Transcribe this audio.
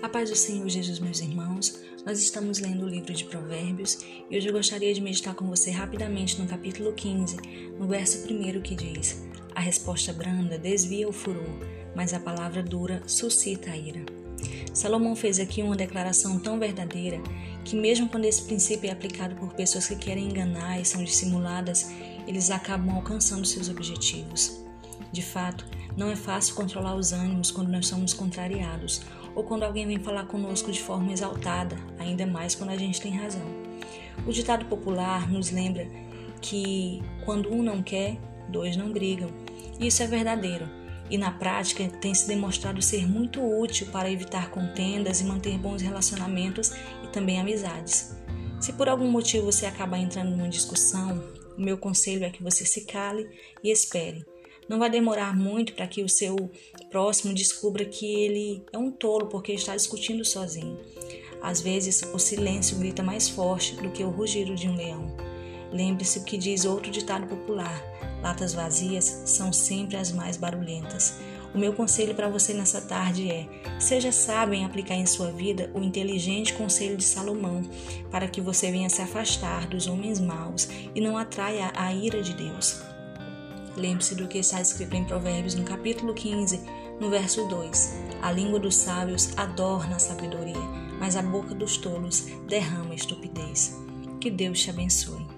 A paz do Senhor Jesus, meus irmãos, nós estamos lendo o livro de Provérbios e hoje eu gostaria de meditar com você rapidamente no capítulo 15, no verso 1 que diz: A resposta branda desvia o furor, mas a palavra dura suscita a ira. Salomão fez aqui uma declaração tão verdadeira que mesmo quando esse princípio é aplicado por pessoas que querem enganar e são dissimuladas, eles acabam alcançando seus objetivos. De fato, não é fácil controlar os ânimos quando nós somos contrariados ou quando alguém vem falar conosco de forma exaltada, ainda mais quando a gente tem razão. O ditado popular nos lembra que quando um não quer, dois não brigam. E isso é verdadeiro. E na prática tem se demonstrado ser muito útil para evitar contendas e manter bons relacionamentos e também amizades. Se por algum motivo você acabar entrando numa discussão, o meu conselho é que você se cale e espere. Não vai demorar muito para que o seu próximo descubra que ele é um tolo porque está discutindo sozinho. Às vezes, o silêncio grita mais forte do que o rugido de um leão. Lembre-se o que diz outro ditado popular: latas vazias são sempre as mais barulhentas. O meu conselho para você nessa tarde é: seja sábio em aplicar em sua vida o inteligente conselho de Salomão, para que você venha se afastar dos homens maus e não atraia a ira de Deus. Lembre-se do que está escrito em Provérbios no capítulo 15, no verso 2. A língua dos sábios adorna a sabedoria, mas a boca dos tolos derrama a estupidez. Que Deus te abençoe.